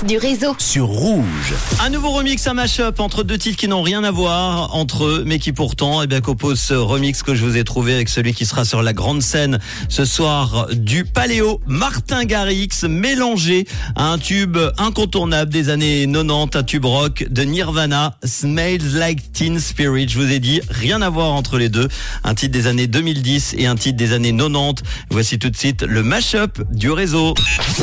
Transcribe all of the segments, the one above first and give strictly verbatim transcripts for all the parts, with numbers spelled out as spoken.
remix du réseau sur Rouge. Un nouveau remix à mash-up entre deux titres qui n'ont rien à voir entre eux, mais qui pourtant eh bien, composent ce remix que je vous ai trouvé avec celui qui sera sur la grande scène ce soir du Paléo, Martin Garrix, mélangé à un tube incontournable des années quatre-vingt-dix, un tube rock de Nirvana, Smells Like Teen Spirit. Je vous ai dit, rien à voir entre les deux. Un titre des années deux mille dix et un titre des années quatre-vingt-dix. Voici tout de suite le mash-up du réseau.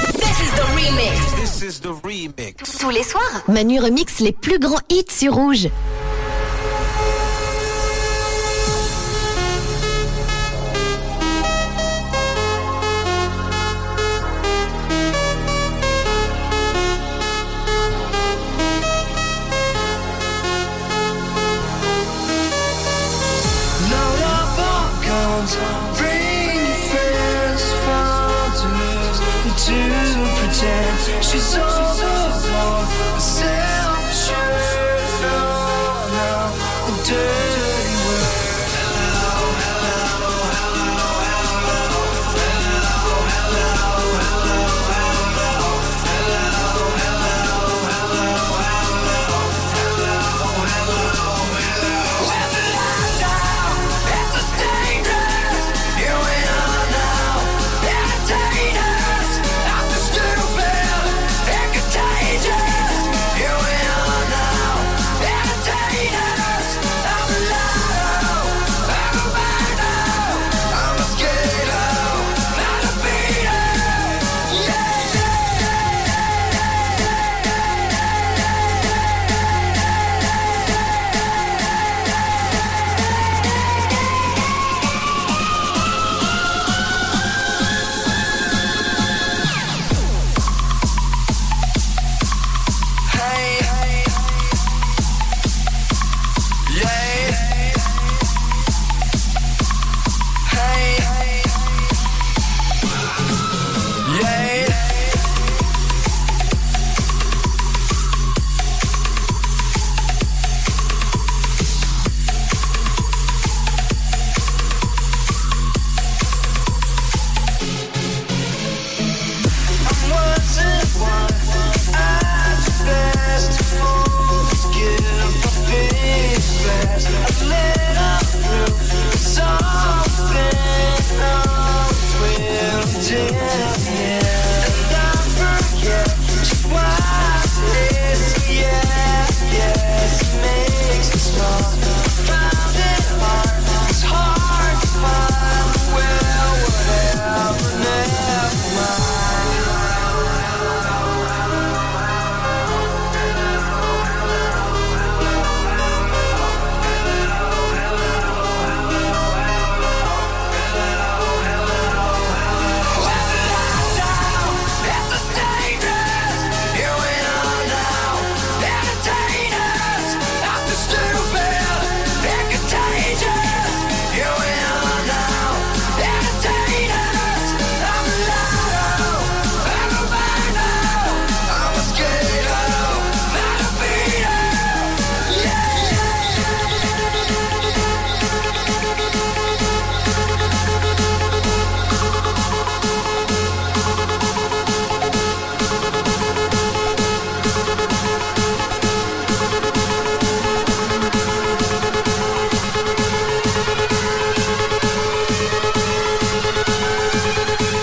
This is the remix. Tous les soirs, Manu remix les plus grands hits sur Rouge. To pretend she's all alone, self-assured, no, no, the dirty word. Hello, hello, hello, hello, hello, hello, hello, hello, when the lights down, it's a dangerous. Here we are now, entertainers.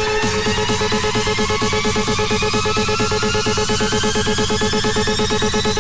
We'll be right back.